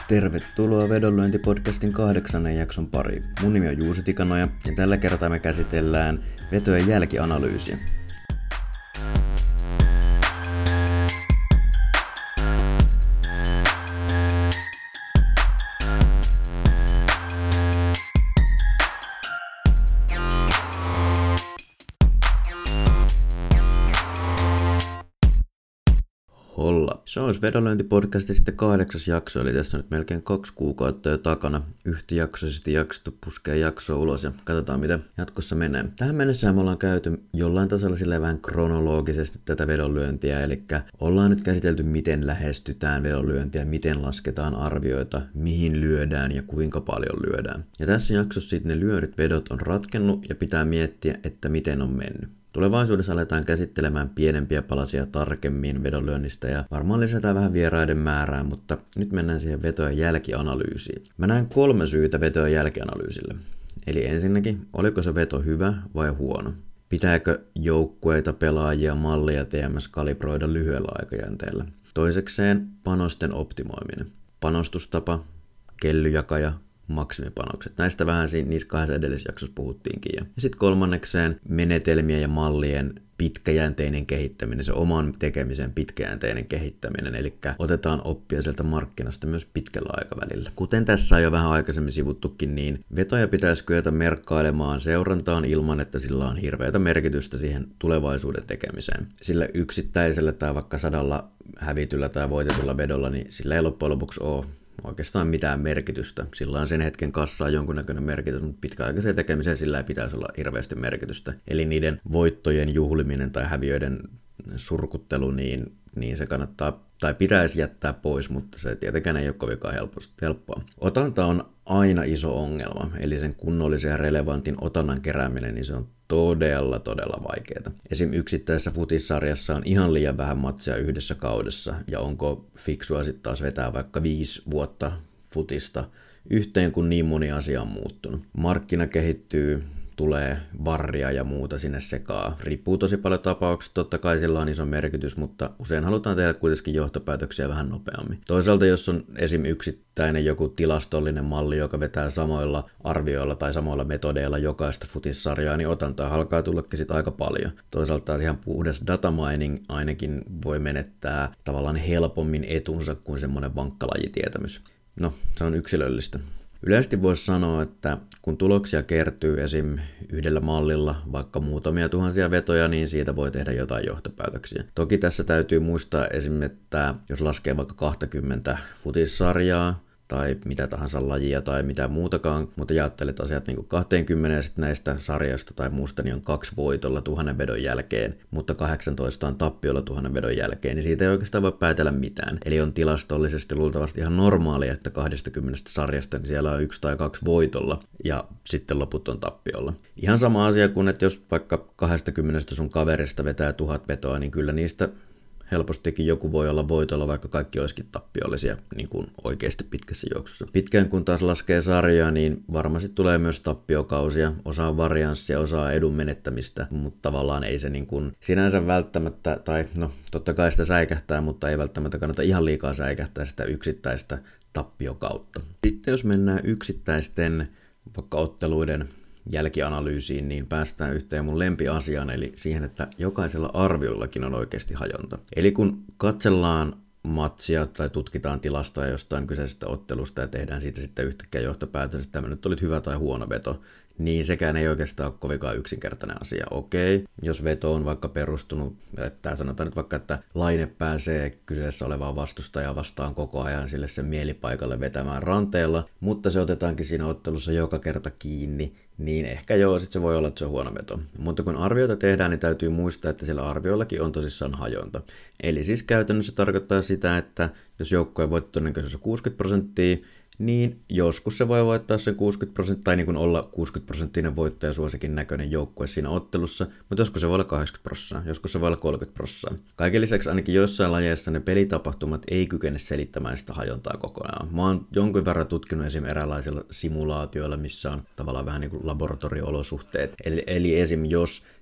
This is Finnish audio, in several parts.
Tervetuloa Vedonlyönti-podcastin 8. jakson pariin. Mun nimi on Juuso Tikanoja ja tällä kertaa me käsitellään vetojen jälkianalyysiä. Se olisi Vedonlyönti-podcastin sitten 8. jakso, eli tässä on nyt melkein 2 kuukautta jo takana. Yhtäjaksoisesti jaksettu puskee jaksoa ulos ja katsotaan mitä jatkossa menee. Tähän mennessä me ollaan käyty jollain tasolla silleen vähän kronologisesti tätä vedonlyöntiä, eli ollaan nyt käsitelty miten lähestytään vedonlyöntiä, miten lasketaan arvioita, mihin lyödään ja kuinka paljon lyödään. Ja tässä jaksossa sitten ne lyödyt vedot on ratkennut ja pitää miettiä, että miten on mennyt. Tulevaisuudessa aletaan käsittelemään pienempiä palasia tarkemmin vedonlyönnistä ja varmaan lisätään vähän vieraiden määrää, mutta nyt mennään siihen vetojen jälkianalyysiin. Mä näen 3 syytä vetojen jälkianalyysille. Eli ensinnäkin, oliko se veto hyvä vai huono? Pitääkö joukkueita, pelaajia, mallia TMS kalibroida lyhyellä aikajänteellä? Toisekseen, panosten optimoiminen. Panostustapa, kellyjakaja, maksimipanokset. Näistä vähän niissä 2 edellisessä jaksossa puhuttiinkin. Ja sitten kolmannekseen menetelmien ja mallien pitkäjänteinen kehittäminen, se oman tekemisen pitkäjänteinen kehittäminen, eli otetaan oppia sieltä markkinasta myös pitkällä aikavälillä. Kuten tässä on jo vähän aikaisemmin sivuttukin, niin vetoja pitäisi kyetä merkkailemaan seurantaan ilman, että sillä on hirveätä merkitystä siihen tulevaisuuden tekemiseen. Sillä yksittäisellä tai vaikka 100 hävityllä tai voitetulla vedolla, niin sillä ei loppujen lopuksi ole oikeastaan mitään merkitystä. Sillä on sen hetken kassaan jonkunnäköinen merkitys, mutta pitkäaikaiseen tekemiseen sillä ei pitäisi olla hirveästi merkitystä. Eli niiden voittojen juhliminen tai häviöiden surkuttelu, niin se kannattaa tai pitäisi jättää pois, mutta se tietenkään ei ole kovinkaan helppoa. Otanta on aina iso ongelma, eli sen kunnollisen ja relevantin otannan kerääminen, niin se on todella vaikeaa. Esim. Yksittäisessä futissarjassa on ihan liian vähän matseja yhdessä kaudessa, ja onko fiksua sitten taas vetää vaikka 5 vuotta futista yhteen, kun niin moni asia on muuttunut. Markkina kehittyy, tulee varria ja muuta sinne sekaan. Riippuu tosi paljon tapauksista, totta kai sillä on iso merkitys, mutta usein halutaan tehdä kuitenkin johtopäätöksiä vähän nopeammin. Toisaalta jos on esim. Yksittäinen joku tilastollinen malli, joka vetää samoilla arvioilla tai samoilla metodeilla jokaista futissarjaa, niin otantaa alkaa tullakin sit aika paljon. Toisaalta taas ihan puhdas data mining ainakin voi menettää tavallaan helpommin etunsa kuin semmoinen vankka lajitietämys. No, se on yksilöllistä. Yleisesti voisi sanoa, että kun tuloksia kertyy esim. Yhdellä mallilla vaikka muutamia tuhansia vetoja, niin siitä voi tehdä jotain johtopäätöksiä. Toki tässä täytyy muistaa esim. Että jos laskee vaikka 20 futissarjaa, tai mitä tahansa lajia tai mitä muutakaan, mutta jaottelet asiat niin kuin 20 ja sitten näistä sarjoista tai muusta niin on 2 voitolla 1000 vedon jälkeen, mutta 18 on tappiolla 1000 vedon jälkeen, niin siitä ei oikeastaan voi päätellä mitään. Eli on tilastollisesti luultavasti ihan normaalia, että 20 sarjasta niin siellä on 1 tai 2 voitolla ja sitten loput on tappiolla. Ihan sama asia kuin, että jos vaikka 20 sun kaverista vetää 1000 vetoa, niin kyllä niistä helpostikin joku voi olla voitolla, vaikka kaikki olisikin tappiollisia niin kuin oikeasti pitkässä juoksussa. Pitkään kun taas laskee sarjaa, niin varmasti tulee myös tappiokausia. Osa on varianssia, osa on edun menettämistä, mutta tavallaan ei se niin kuin sinänsä välttämättä, tai no totta kai sitä säikähtää, mutta ei välttämättä kannata ihan liikaa säikähtää sitä yksittäistä tappiokautta. Sitten jos mennään yksittäisten vaikka otteluiden jälkianalyysiin, niin päästään yhteen mun lempiasiaan, eli siihen, että jokaisella arvioillakin on oikeasti hajonta. Eli kun katsellaan matsia tai tutkitaan tilastoja jostain kyseisestä ottelusta ja tehdään siitä sitten yhtäkkiä johtopäätös, että tämä nyt oli hyvä tai huono veto, niin sekään ei oikeastaan ole kovinkaan yksinkertainen asia. Okei, jos veto on vaikka perustunut, että sanotaan nyt vaikka, että Laine pääsee kyseessä olevaa vastustajaa vastaan koko ajan sille sen mielipaikalle vetämään ranteella, mutta se otetaankin siinä ottelussa joka kerta kiinni, niin ehkä joo, sitten se voi olla, että se on huono veto. Mutta kun arvioita tehdään, niin täytyy muistaa, että sillä arvioillakin on tosissaan hajonta. Eli siis käytännössä tarkoittaa sitä, että jos joukkojen voittotodennäköisyys on 60%, niin joskus se voi voittaa sen 60% tai niin kuin olla 60% voittajasuosikin näköinen joukkue siinä ottelussa, mutta joskus se voi olla 80%, joskus se voi olla 30%. Kaiken lisäksi ainakin joissain lajeissa ne pelitapahtumat ei kykene selittämään sitä hajontaa kokonaan. Mä oon jonkun verran tutkinut esimerkiksi eräänlaisilla simulaatioilla, missä on tavallaan vähän niin kuin laboratorio-olosuhteet. Eli esim. Jos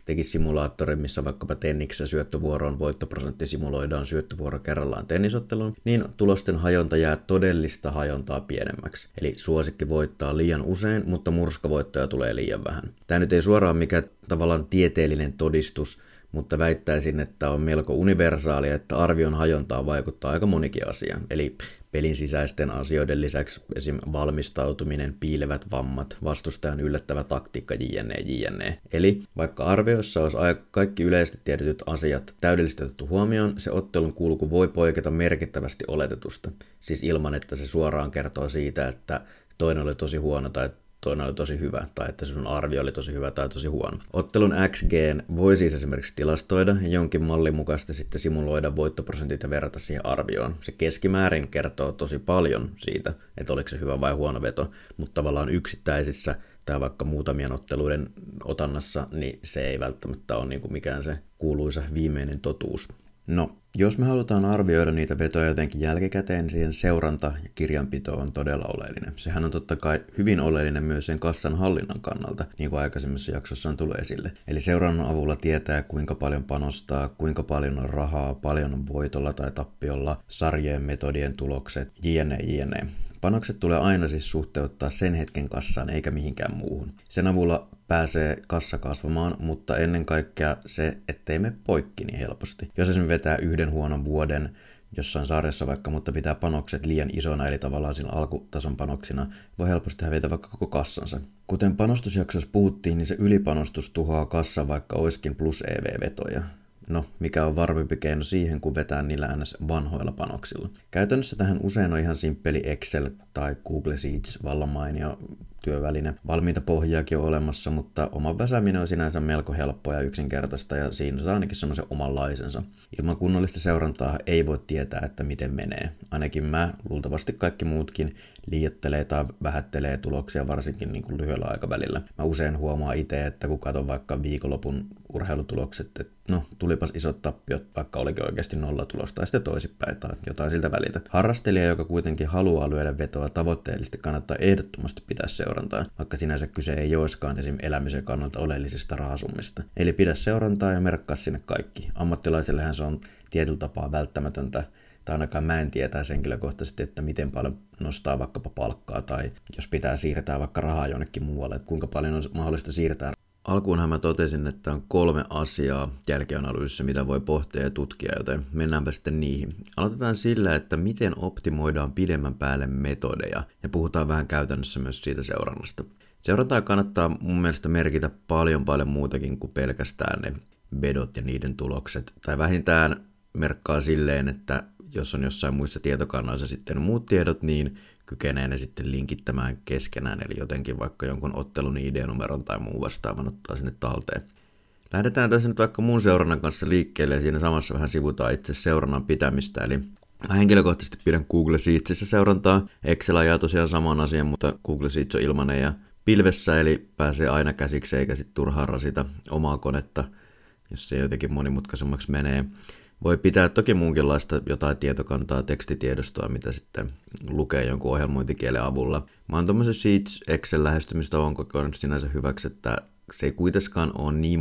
tekisi simulaattori, missä vaikkapa tenniksessä syöttövuoron voittoprosentti simuloidaan syöttövuoro kerrallaan tennisotteluun, niin tulosten hajonta jää todellista hajontaa pienemmäksi. Eli suosikki voittaa liian usein, mutta murskavoittoja tulee liian vähän. Tämä nyt ei suoraan mikään tavallaan tieteellinen todistus, mutta väittäisin, että on melko universaalia, että arvion hajontaan vaikuttaa aika monikin asia. Eli pelin sisäisten asioiden lisäksi esim. Valmistautuminen, piilevät vammat, vastustajan yllättävä taktiikka, jne. Eli vaikka arvioissa olisi kaikki yleisesti tiedetyt asiat täydellisesti otettu huomioon, se ottelun kulku voi poiketa merkittävästi oletetusta. Siis ilman, että se suoraan kertoo siitä, että toinen oli tosi huono tai toinen oli tosi hyvä, tai että sun arvio oli tosi hyvä tai tosi huono. Ottelun XG:n voi siis esimerkiksi tilastoida ja jonkin mallin mukaisesti sitten simuloida voittoprosentit ja verrata siihen arvioon. Se keskimäärin kertoo tosi paljon siitä, että oliko se hyvä vai huono veto, mutta tavallaan yksittäisissä tai vaikka muutamien otteluiden otannassa, niin se ei välttämättä ole niinku mikään se kuuluisa viimeinen totuus. No, jos me halutaan arvioida niitä vetoja jotenkin jälkikäteen, siihen seuranta ja kirjanpito on todella oleellinen. Sehän on totta kai hyvin oleellinen myös sen kassan hallinnan kannalta, niin kuin aikaisemmissa jaksossa on tullut esille. Eli seurannan avulla tietää, kuinka paljon panostaa, kuinka paljon on rahaa, paljon on voitolla tai tappiolla, sarjojen metodien tulokset, jne. Panokset tulee aina siis suhteuttaa sen hetken kassaan eikä mihinkään muuhun. Sen avulla pääsee kassa kasvamaan, mutta ennen kaikkea se, ettei mene poikki niin helposti. Jos esimerkiksi vetää yhden huonon vuoden jossain sarjassa vaikka, mutta pitää panokset liian isona, eli tavallaan siinä alkutason panoksina, voi helposti hävitä vaikka koko kassansa. Kuten panostusjaksossa puhuttiin, niin se ylipanostus tuhoaa kassan, vaikka olisikin plus EV-vetoja. No, mikä on varmempi keino siihen, kun vetää niillä ns. Vanhoilla panoksilla. Käytännössä tähän usein on ihan simppeli Excel tai Google Sheets, vallan mainio työväline. Valmiita pohjiakin on olemassa, mutta oman väsääminen on sinänsä melko helppoa ja yksinkertaista ja siinä saa ainakin semmoisen omanlaisensa. Ilman kunnollista seurantaa ei voi tietää, että miten menee. Ainakin mä, luultavasti kaikki muutkin, liioittelee tai vähättelee tuloksia varsinkin niin kuin lyhyellä aikavälillä. Mä usein huomaan itse, että kun katson vaikka viikonlopun urheilutulokset, että no tulipas isot tappiot, vaikka olikin oikeasti nollatulosta tai sitten toisinpäin tai jotain siltä väliltä. Harrastelija, joka kuitenkin haluaa lyödä vetoa tavoitteellisesti, kannattaa ehdottomasti pitää seurantaa, vaikka sinänsä kyse ei olisikaan esim. Elämisen kannalta oleellisista rahasummista. Eli pidä seurantaa ja merkkaa sinne kaikki. Ammattilaisellehän se on tietyllä tapaa välttämätöntä, tai ainakaan mä en tietäisi henkilökohtaisesti, että miten paljon nostaa vaikkapa palkkaa, tai jos pitää siirtää vaikka rahaa jonnekin muualle, että kuinka paljon on mahdollista siirtää. Alkuunhan mä totesin, että on 3 asiaa jälkianalyysissä, mitä voi pohtia ja tutkia, joten mennäänpä sitten niihin. Aloitetaan sillä, että miten optimoidaan pidemmän päälle metodeja, ja puhutaan vähän käytännössä myös siitä seurannasta. Seurantaa kannattaa mun mielestä merkitä paljon muutakin kuin pelkästään ne vedot ja niiden tulokset, tai vähintään merkkaa silleen, että jos on jossain muissa tietokannoissa sitten muut tiedot, niin kykenee ne sitten linkittämään keskenään, eli jotenkin vaikka jonkun ottelun ID-numeron tai muun vastaavan ottaa sinne talteen. Lähdetään tässä nyt vaikka mun seurannan kanssa liikkeelle ja siinä samassa vähän sivutaan itse seurannan pitämistä, eli mä henkilökohtaisesti pidän Google Sheetsissä seurantaa. Excel ajaa tosiaan saman asian, mutta Google Sheets on ilmainen ja pilvessä, eli pääsee aina käsiksi eikä sitten turhaan rasita omaa konetta, jos se jotenkin monimutkaisemmaksi menee. Voi pitää toki muunkinlaista jotain tietokantaa, tekstitiedostoa, mitä sitten lukee jonkun ohjelmointikielen avulla. Mä oon tommosen Sheets Excel-lähestymistavan kokonut sinänsä hyväksi, että se ei kuitenkaan ole niin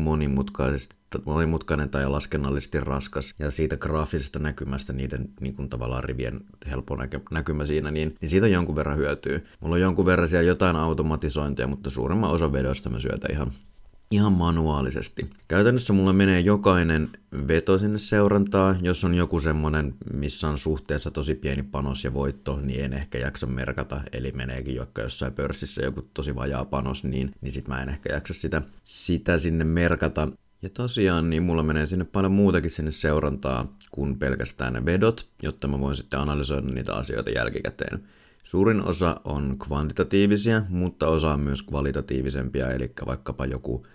monimutkainen tai laskennallisesti raskas, ja siitä graafisesta näkymästä niiden niin kuin tavallaan rivien helppo näkymä siinä, niin siitä on jonkun verran hyötyä. Mulla on jonkun verran siellä jotain automatisointia, mutta suurimman osan vedoista mä syötän ihan manuaalisesti. Käytännössä mulla menee jokainen veto sinne seurantaa. Jos on joku semmonen, missä on suhteessa tosi pieni panos ja voitto, niin en ehkä jaksa merkata. Eli meneekin vaikka jossain pörssissä joku tosi vajaa panos, niin sit mä en ehkä jaksa sitä sinne merkata. Ja tosiaan, niin mulla menee sinne paljon muutakin sinne seurantaa kuin pelkästään ne vedot, jotta mä voin sitten analysoida niitä asioita jälkikäteen. Suurin osa on kvantitatiivisia, mutta osa on myös kvalitatiivisempia, eli vaikkapa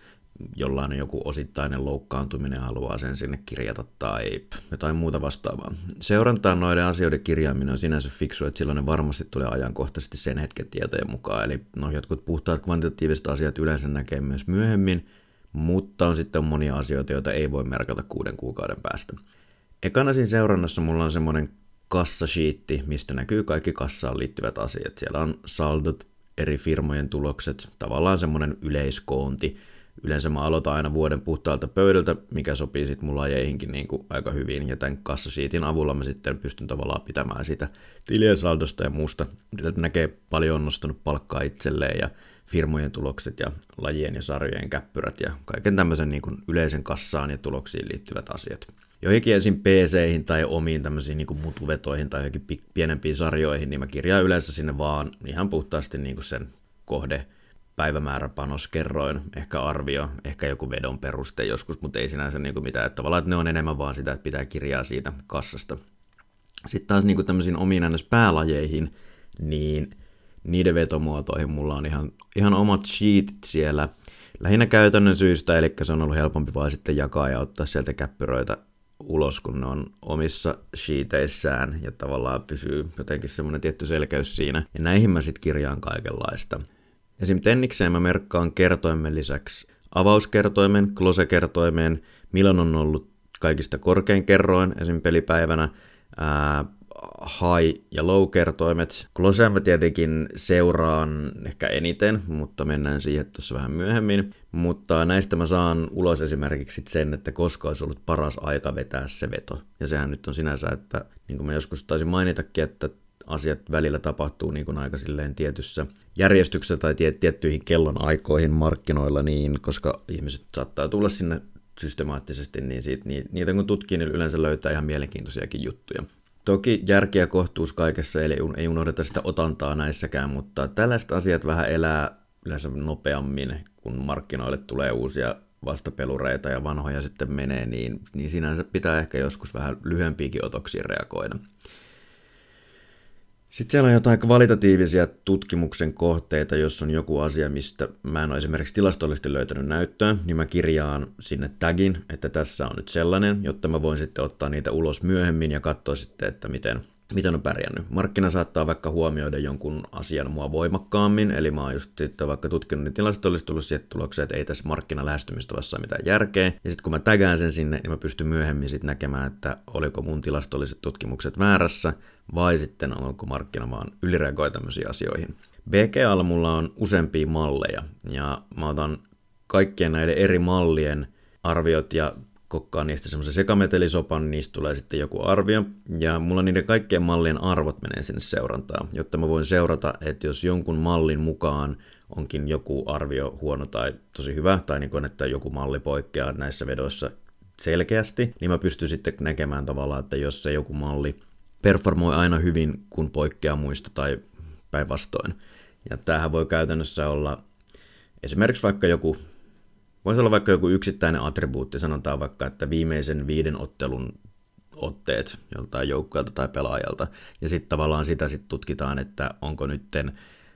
jollain joku osittainen loukkaantuminen haluaa sen sinne kirjata tai jotain muuta vastaavaa. Seurantaan noiden asioiden kirjaaminen on sinänsä fiksu, että silloin ne varmasti tulee ajankohtaisesti sen hetken tietojen mukaan. Eli jotkut puhtaat kvantitatiiviset asiat yleensä näkee myös myöhemmin, mutta on sitten monia asioita, joita ei voi merkata 6 kuukauden päästä. Ekana siinä seurannassa mulla on semmoinen kassasheetti, mistä näkyy kaikki kassaan liittyvät asiat. Siellä on saldot, eri firmojen tulokset, tavallaan semmoinen yleiskoonti. Yleensä mä aloitan aina vuoden puhtaalta pöydältä, mikä sopii sitten mun lajeihinkin niin kuin aika hyvin. Ja tämän kassasiitin avulla mä sitten pystyn tavallaan pitämään sitä tilien saldosta ja muusta. Että näkee paljon on nostanut palkkaa itselleen ja firmojen tulokset ja lajien ja sarjojen käppyrät ja kaiken tämmöisen niin kuin yleisen kassaan ja tuloksiin liittyvät asiat. Joihinkin esim. PC-ihin tai omiin tämmöisiin niin kuin mutuvetoihin tai johonkin pienempiin sarjoihin, niin mä kirjaan yleensä sinne vaan ihan puhtaasti niin kuin sen kohde, päivämäärä, panos, kerroin, ehkä arvio, ehkä joku vedon peruste joskus, mutta ei sinänsä niin kuin mitään. Että tavallaan että ne on enemmän vaan sitä, että pitää kirjaa siitä kassasta. Sitten taas niin kuin tämmöisiin omiin päälajeihin, niin niiden vetomuotoihin mulla on ihan omat sheetit siellä. Lähinnä käytännön syystä, eli se on ollut helpompi vaan sitten jakaa ja ottaa sieltä käppyröitä ulos, kun ne on omissa sheeteissään ja tavallaan pysyy jotenkin semmoinen tietty selkeys siinä. Ja näihin mä sitten kirjaan kaikenlaista. Esim. Tennikseen mä merkkaan kertoimen lisäksi avauskertoimen, close-kertoimen, milloin on ollut kaikista korkein kerroin esim. Pelipäivänä, high- ja low-kertoimet. Closea mä tietenkin seuraan ehkä eniten, mutta mennään siihen tuossa vähän myöhemmin. Mutta näistä mä saan ulos esimerkiksi sen, että koska olisi ollut paras aika vetää se veto. Ja sehän nyt on sinänsä, että niin kuin mä joskus taisin mainitakin, että asiat välillä tapahtuu niin kuin aika silleen tietyssä järjestyksessä tai tiettyihin kellon aikoihin markkinoilla, niin koska ihmiset saattaa tulla sinne systemaattisesti, niin niitä kun tutkii, niin yleensä löytää ihan mielenkiintoisiakin juttuja. Toki järki ja kohtuus kaikessa, eli ei unohdeta sitä otantaa näissäkään, mutta tällaiset asiat vähän elää yleensä nopeammin, kun markkinoille tulee uusia vastapelureita ja vanhoja sitten menee, niin sinänsä pitää ehkä joskus vähän lyhyempiäkin otoksia reagoida. Sitten siellä on jotain kvalitatiivisia tutkimuksen kohteita, jos on joku asia, mistä mä en ole esimerkiksi tilastollisesti löytänyt näyttöä, niin mä kirjaan sinne tagin, että tässä on nyt sellainen, jotta mä voin sitten ottaa niitä ulos myöhemmin ja katsoa sitten, että miten on pärjännyt. Markkina saattaa vaikka huomioida jonkun asian mua voimakkaammin, eli mä oon just sitten vaikka tutkinut, niin tilastollisesti tullut siihen tulokseen, että ei tässä markkina lähestymistavassa ole mitään järkeä. Ja sitten kun mä tägään sen sinne, niin mä pystyn myöhemmin sitten näkemään, että oliko mun tilastolliset tutkimukset väärässä, vai sitten onko markkina vaan ylireagoi tämmöisiin asioihin. BGAlla mulla on useampia malleja, ja mä otan kaikkien näiden eri mallien arviot ja kokkaan niistä semmoisen sekametelisopan, niistä tulee sitten joku arvio, ja mulla niiden kaikkien mallien arvot menee sinne seurantaan, jotta mä voin seurata, että jos jonkun mallin mukaan onkin joku arvio huono tai tosi hyvä, tai niin kuin, että joku malli poikkeaa näissä vedoissa selkeästi, niin mä pystyn sitten näkemään tavallaan, että jos se joku malli performoi aina hyvin, kun poikkeaa muista tai päinvastoin. Ja tämähän voi käytännössä olla esimerkiksi vaikka voisi olla vaikka joku yksittäinen attribuutti, sanotaan vaikka, että viimeisen 5 ottelun otteet joltain joukkueelta tai pelaajalta, ja sitten tavallaan sitä sitten tutkitaan, että onko nytten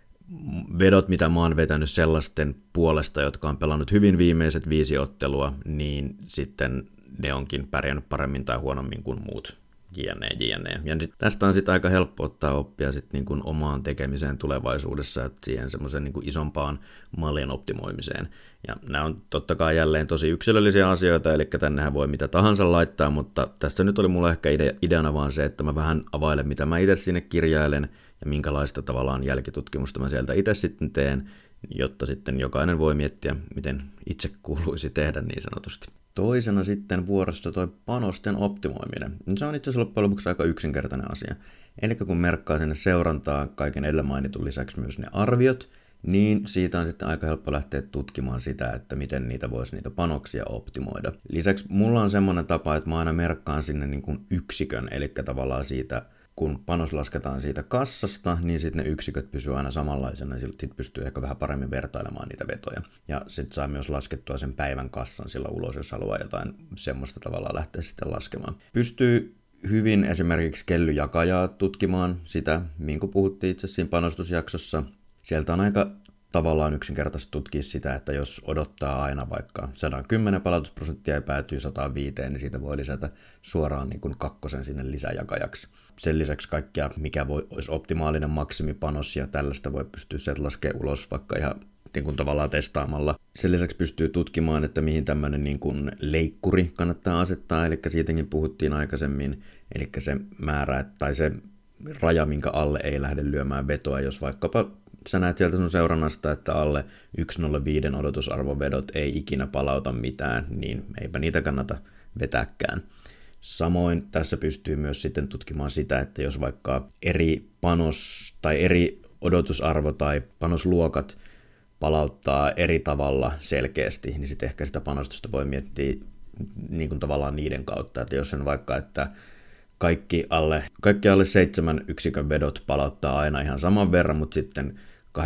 vedot, mitä mä oon vetänyt sellaisten puolesta, jotka on pelannut hyvin viimeiset 5 ottelua, niin sitten ne onkin pärjännyt paremmin tai huonommin kuin muut. Jne. Ja tästä on sitten aika helppo ottaa oppia sitten niin kuin omaan tekemiseen tulevaisuudessa, että siihen semmoisen niin kuin isompaan mallien optimoimiseen. Ja nämä on totta kai jälleen tosi yksilöllisiä asioita, eli tännehän voi mitä tahansa laittaa, mutta tässä nyt oli mulla ehkä ideana vaan se, että mä vähän availen, mitä mä itse sinne kirjailen ja minkälaista tavallaan jälkitutkimusta mä sieltä itse sitten teen, jotta sitten jokainen voi miettiä, miten itse kuuluisi tehdä niin sanotusti. Toisena sitten vuorossa toi panosten optimoiminen. Se on itse asiassa loppujen lopuksi aika yksinkertainen asia. Eli kun merkkaa sinne seurantaa kaiken edellä mainitun lisäksi myös ne arviot, niin siitä on sitten aika helppo lähteä tutkimaan sitä, että miten niitä panoksia optimoida. Lisäksi mulla on semmoinen tapa, että mä aina merkkaan sinne niin kuin yksikön, eli tavallaan siitä, kun panos lasketaan siitä kassasta, niin sitten ne yksiköt pysyy aina samanlaisena, ja sitten pystyy ehkä vähän paremmin vertailemaan niitä vetoja. Ja sitten saa myös laskettua sen päivän kassan sillä ulos, jos haluaa jotain semmoista tavalla lähteä sitten laskemaan. Pystyy hyvin esimerkiksi kellyjakajaa tutkimaan sitä, minkä puhuttiin itse siinä panostusjaksossa. Sieltä on aika tavallaan yksinkertaisesti tutkia sitä, että jos odottaa aina vaikka 110 palautusprosenttia ja päätyy 105, niin siitä voi lisätä suoraan niin kuin 2 sinne lisäjakajaksi. Sen lisäksi kaikkea, mikä olisi optimaalinen maksimipanos ja tällaista voi pystyä sieltä laskemaan ulos vaikka ihan niin kuin tavallaan testaamalla. Sen lisäksi pystyy tutkimaan, että mihin tämmöinen niin kuin leikkuri kannattaa asettaa, eli siitäkin puhuttiin aikaisemmin, eli se määrä tai se raja, minkä alle ei lähde lyömään vetoa, jos vaikkapa sä näet sieltä sun seurannasta, että alle 105 odotusarvovedot ei ikinä palauta mitään, niin eipä niitä kannata vetääkään. Samoin tässä pystyy myös sitten tutkimaan sitä, että jos vaikka eri panos tai eri odotusarvo tai panosluokat palauttaa eri tavalla selkeästi, niin sitten ehkä sitä panostusta voi miettiä niin kuin tavallaan niiden kautta, että jos on vaikka, että kaikki alle 7 yksikön vedot palauttaa aina ihan saman verran, mutta sitten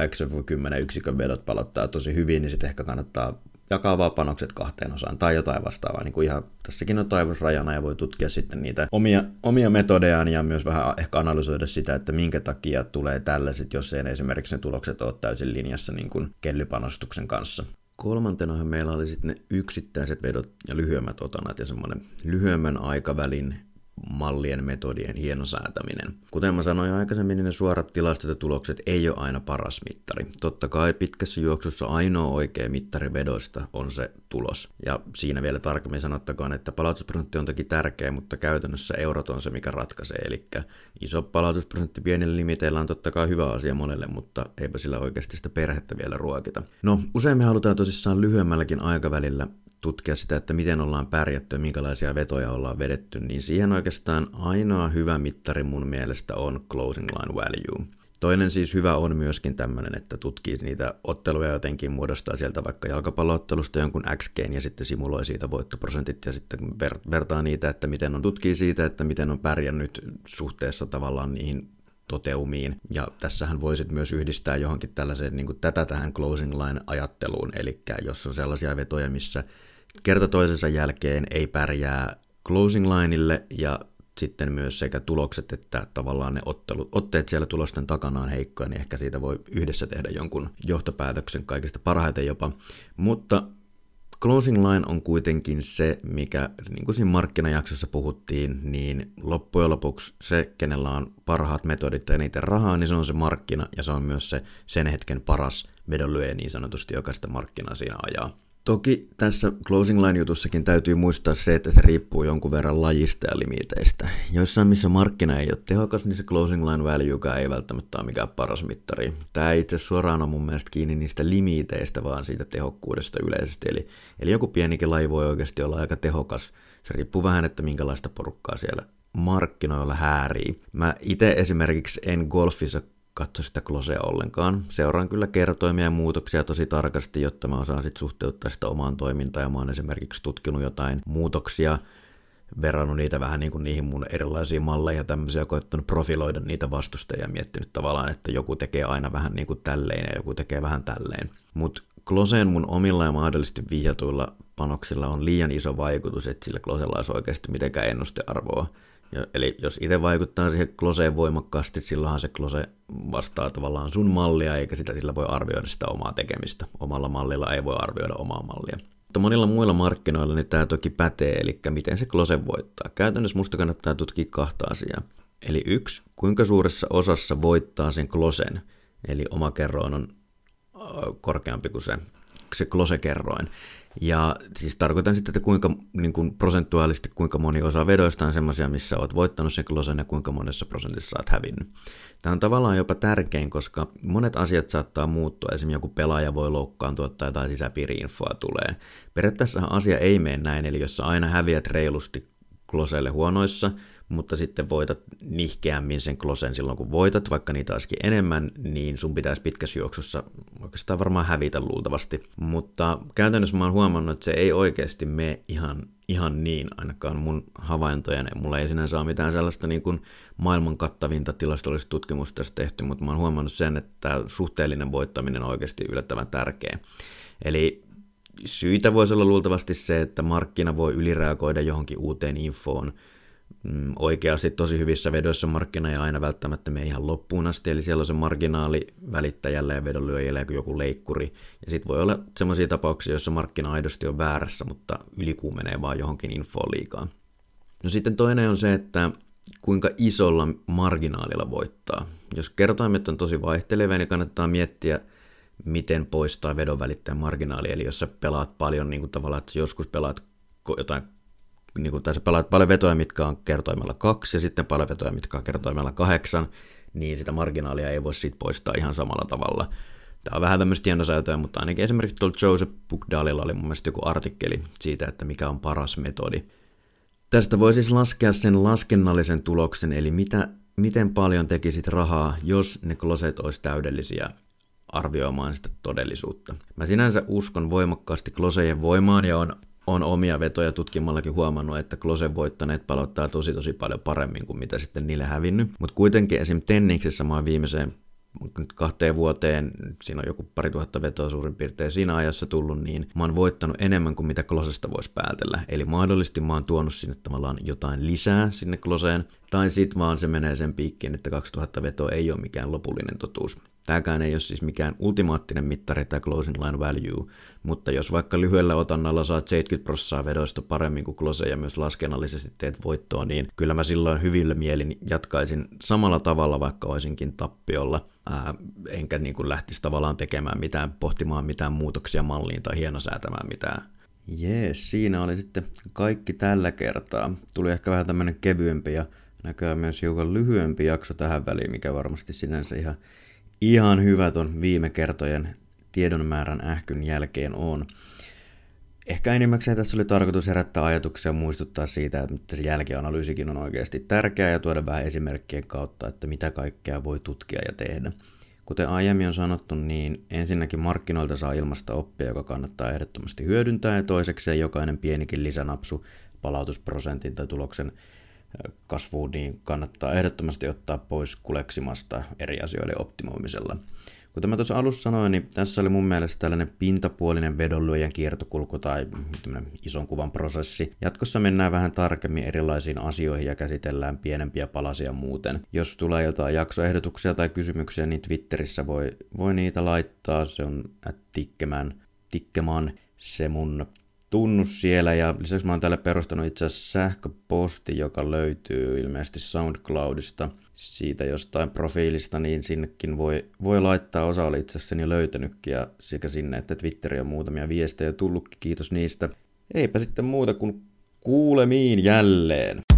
8-10 yksikön vedot palauttaa tosi hyvin, niin sitten ehkä kannattaa jakaa vaan panokset 2 osaan tai jotain vastaavaa. Niin kuin ihan, tässäkin on taivasrajana ja voi tutkia sitten niitä omia metodejaan ja myös vähän ehkä analysoida sitä, että minkä takia tulee tällaiset, jos ei esimerkiksi ne tulokset ole täysin linjassa niin kuin kellypanostuksen kanssa. Kolmantenahan meillä oli sitten ne yksittäiset vedot ja lyhyemmät otanat ja semmoinen lyhyemmän aikavälin mallien metodien hienosäätäminen. Kuten mä sanoin aikaisemmin, niin ne suorat tilastot ja tulokset ei ole aina paras mittari. Totta kai pitkässä juoksussa ainoa oikea mittari vedoista on se tulos. Ja siinä vielä tarkemmin sanottakoon, että palautusprosentti on toki tärkeä, mutta käytännössä eurot on se, mikä ratkaisee. Eli iso palautusprosentti pienillä limiteillä on totta kai hyvä asia monelle, mutta eipä sillä oikeasti sitä perhettä vielä ruokita. No, usein me halutaan tosissaan lyhyemmälläkin aikavälillä tutkia sitä, että miten ollaan pärjätty ja minkälaisia vetoja ollaan vedetty, niin siihen oikeastaan ainoa hyvä mittari mun mielestä on closing line value. Toinen siis hyvä on myöskin tämmöinen, että tutkii niitä otteluja jotenkin, muodostaa sieltä vaikka jalkapalloottelusta jonkun XG:n ja sitten simuloi siitä voittoprosentit ja sitten vertaa niitä, että tutkii siitä, että miten on pärjännyt suhteessa tavallaan niihin toteumiin. Ja tässähän voisit myös yhdistää johonkin tällaiseen niin kuin tätä tähän closing line ajatteluun, eli jos on sellaisia vetoja, missä kerta toisensa jälkeen ei pärjää closing lineille ja sitten myös sekä tulokset että tavallaan ne otteet siellä tulosten takana on heikkoja, niin ehkä siitä voi yhdessä tehdä jonkun johtopäätöksen kaikista parhaiten jopa. Mutta closing line on kuitenkin se, mikä, niin kuin siinä markkinajaksossa puhuttiin, niin loppujen lopuksi se, kenellä on parhaat metodit ja eniten rahaa, niin se on se markkina ja se on myös se sen hetken paras vedonlyöjä niin sanotusti, joka sitä markkinaa siinä ajaa. Toki tässä closing line-jutussakin täytyy muistaa se, että se riippuu jonkun verran lajista ja limiteistä. Joissain, missä markkina ei ole tehokas, niin se closing line valuekaan ei välttämättä ole mikään paras mittari. Tämä ei itse suoraan ole mun mielestä kiinni niistä limiteistä, vaan siitä tehokkuudesta yleisesti. Eli joku pienikin laji voi oikeasti olla aika tehokas. Se riippuu vähän, että minkälaista porukkaa siellä markkinoilla häärii. Mä itse esimerkiksi en golfissa katso sitä closea ollenkaan. Seuraan kyllä kertoimia ja muutoksia tosi tarkasti, jotta mä osaan sitten suhteuttaa sitä omaan toimintaan. Ja mä oon esimerkiksi tutkinut jotain muutoksia, verrannut niitä vähän niin kuin niihin mun erilaisiin malleihin ja tämmöisiä, koettanut profiloida niitä vastustajia ja miettinyt tavallaan, että joku tekee aina vähän niin kuin tälleen ja joku tekee vähän tälleen. Mutta closeen mun omilla ja mahdollisesti vihjatuilla panoksilla on liian iso vaikutus, että sillä closella olisi oikeasti mitenkään ennustearvoa. Eli jos itse vaikuttaa siihen closeen voimakkaasti, silloinhan se close vastaa tavallaan sun mallia, eikä sillä voi arvioida sitä omaa tekemistä. Omalla mallilla ei voi arvioida omaa mallia. Mutta monilla muilla markkinoilla niin tämä toki pätee, eli miten se close voittaa. Käytännössä musta kannattaa tutkia 2 asiaa. Eli 1, kuinka suuressa osassa voittaa sen closen, eli oma kerroin on korkeampi kuin se close-kerroin. Ja siis tarkoitan sitten, että kuinka niin kuin prosentuaalisesti, kuinka moni osa vedoista on semmoisia, missä olet voittanut sen closen ja kuinka monessa prosentissa olet hävinnyt. Tämä on tavallaan jopa tärkein, koska monet asiat saattaa muuttua. Esimerkiksi joku pelaaja voi loukkaantua tai jotain sisäpiiri-infoa tulee. Periaatteessa asia ei mene näin, eli jos sä aina häviät reilusti closelle huonoissa, mutta sitten voitat nihkeämmin sen closen silloin, kun voitat, vaikka niitä olisikin enemmän, niin sun pitäisi pitkässä juoksussa oikeastaan varmaan hävitä luultavasti. Mutta käytännössä mä oon huomannut, että se ei oikeasti mene ihan niin, ainakaan mun havaintojen. Mulla ei sinänsä ole mitään sellaista niin kuin maailman kattavinta tilastollista tutkimusta tässä tehty, mutta mä oon huomannut sen, että suhteellinen voittaminen on oikeasti yllättävän tärkeä. Eli syitä voisi olla luultavasti se, että markkina voi ylireagoida johonkin uuteen infoon. Oikeasti tosi hyvissä vedoissa markkina ei aina välttämättä mene ihan loppuun asti, eli siellä on se marginaali välittäjällä ja vedonlyöjällä joku leikkuri. Ja sitten voi olla sellaisia tapauksia, joissa markkina aidosti on väärässä, mutta ylikuumenee vaan johonkin infoon liikaa. No sitten toinen on se, että kuinka isolla marginaalilla voittaa. Jos kertoimet on tosi vaihtelevia, niin kannattaa miettiä, miten poistaa vedonvälittäjän marginaali. Eli jos sä pelaat paljon, niin kuin tavallaan, että joskus pelaat jotain, niin kuin, tai sä pelaat paljon vetoja, mitkä on kertoimella 2, ja sitten paljon vetoja, mitkä on kertoimella 8, niin sitä marginaalia ei voi siitä poistaa ihan samalla tavalla. Tämä on vähän tämmöistä hienosäätöä, mutta ainakin esimerkiksi tuolla Joseph Pugdalilla oli mun mielestä joku artikkeli siitä, että mikä on paras metodi. Tästä voi siis laskea sen laskennallisen tuloksen, eli miten paljon tekisit rahaa, jos ne kloset olisi täydellisiä arvioimaan sitä todellisuutta. Mä sinänsä uskon voimakkaasti klosejen voimaan ja on omia vetoja tutkimallakin huomannut, että klosen voittaneet palauttaa tosi paljon paremmin kuin mitä sitten niille hävinnyt. Mutta kuitenkin esim. Tenniksessä mä oon viimeiseen nyt 2 vuoteen, siinä on joku 2000 vetoa suurin piirtein siinä ajassa tullut, niin mä oon voittanut enemmän kuin mitä klosesta voisi päätellä. Eli mahdollisesti mä oon tuonut sinne tavallaan jotain lisää sinne kloseen, tai sit vaan se menee sen piikkiin, että 2000 vetoa ei ole mikään lopullinen totuus. Tämäkään ei ole siis mikään ultimaattinen mittari tämä closing line value, mutta jos vaikka lyhyellä otannalla saat 70% vedoista paremmin kuin klose ja myös laskennallisesti teet voittoa, niin kyllä mä silloin hyvillä mielin jatkaisin samalla tavalla, vaikka olisinkin tappiolla, enkä niin kuin lähtisi tavallaan tekemään mitään, pohtimaan mitään muutoksia malliin tai hienosäätämään mitään. Jees, siinä oli sitten kaikki tällä kertaa. Tuli ehkä vähän tämmöinen kevyempi ja näköjään myös hiukan lyhyempi jakso tähän väliin, mikä varmasti sinänsä ihan hyvä ton viime kertojen tiedonmäärän ähkyn jälkeen on. Ehkä enimmäkseen tässä oli tarkoitus herättää ajatuksia ja muistuttaa siitä, että se jälkianalyysikin on oikeasti tärkeää ja tuoda vähän esimerkkien kautta, että mitä kaikkea voi tutkia ja tehdä. Kuten aiemmin on sanottu, niin ensinnäkin markkinoilta saa ilmasta oppia, joka kannattaa ehdottomasti hyödyntää, ja toisekseen jokainen pienikin lisänapsu palautusprosentin tai tuloksen kasvuun niin kannattaa ehdottomasti ottaa pois kuleksimasta eri asioiden optimoimisella. Kuten mä tuossa alussa sanoin, niin tässä oli mun mielestä tällainen pintapuolinen vedonlyöjän kiertokulku tai ison kuvan prosessi. Jatkossa mennään vähän tarkemmin erilaisiin asioihin ja käsitellään pienempiä palasia muuten. Jos tulee jotain jaksoehdotuksia tai kysymyksiä, niin Twitterissä voi niitä laittaa. Se on @tikkeman se mun tunnus siellä, ja lisäksi mä oon täällä perustanut itse asiassa sähköposti, joka löytyy ilmeisesti SoundCloudista siitä jostain profiilista, niin sinnekin voi laittaa, osa oli itse asiassa jo löytänytkin, ja sekä sinne että Twitteriin on muutamia viestejä tullutkin, kiitos niistä. Eipä sitten muuta kuin kuulemiin jälleen.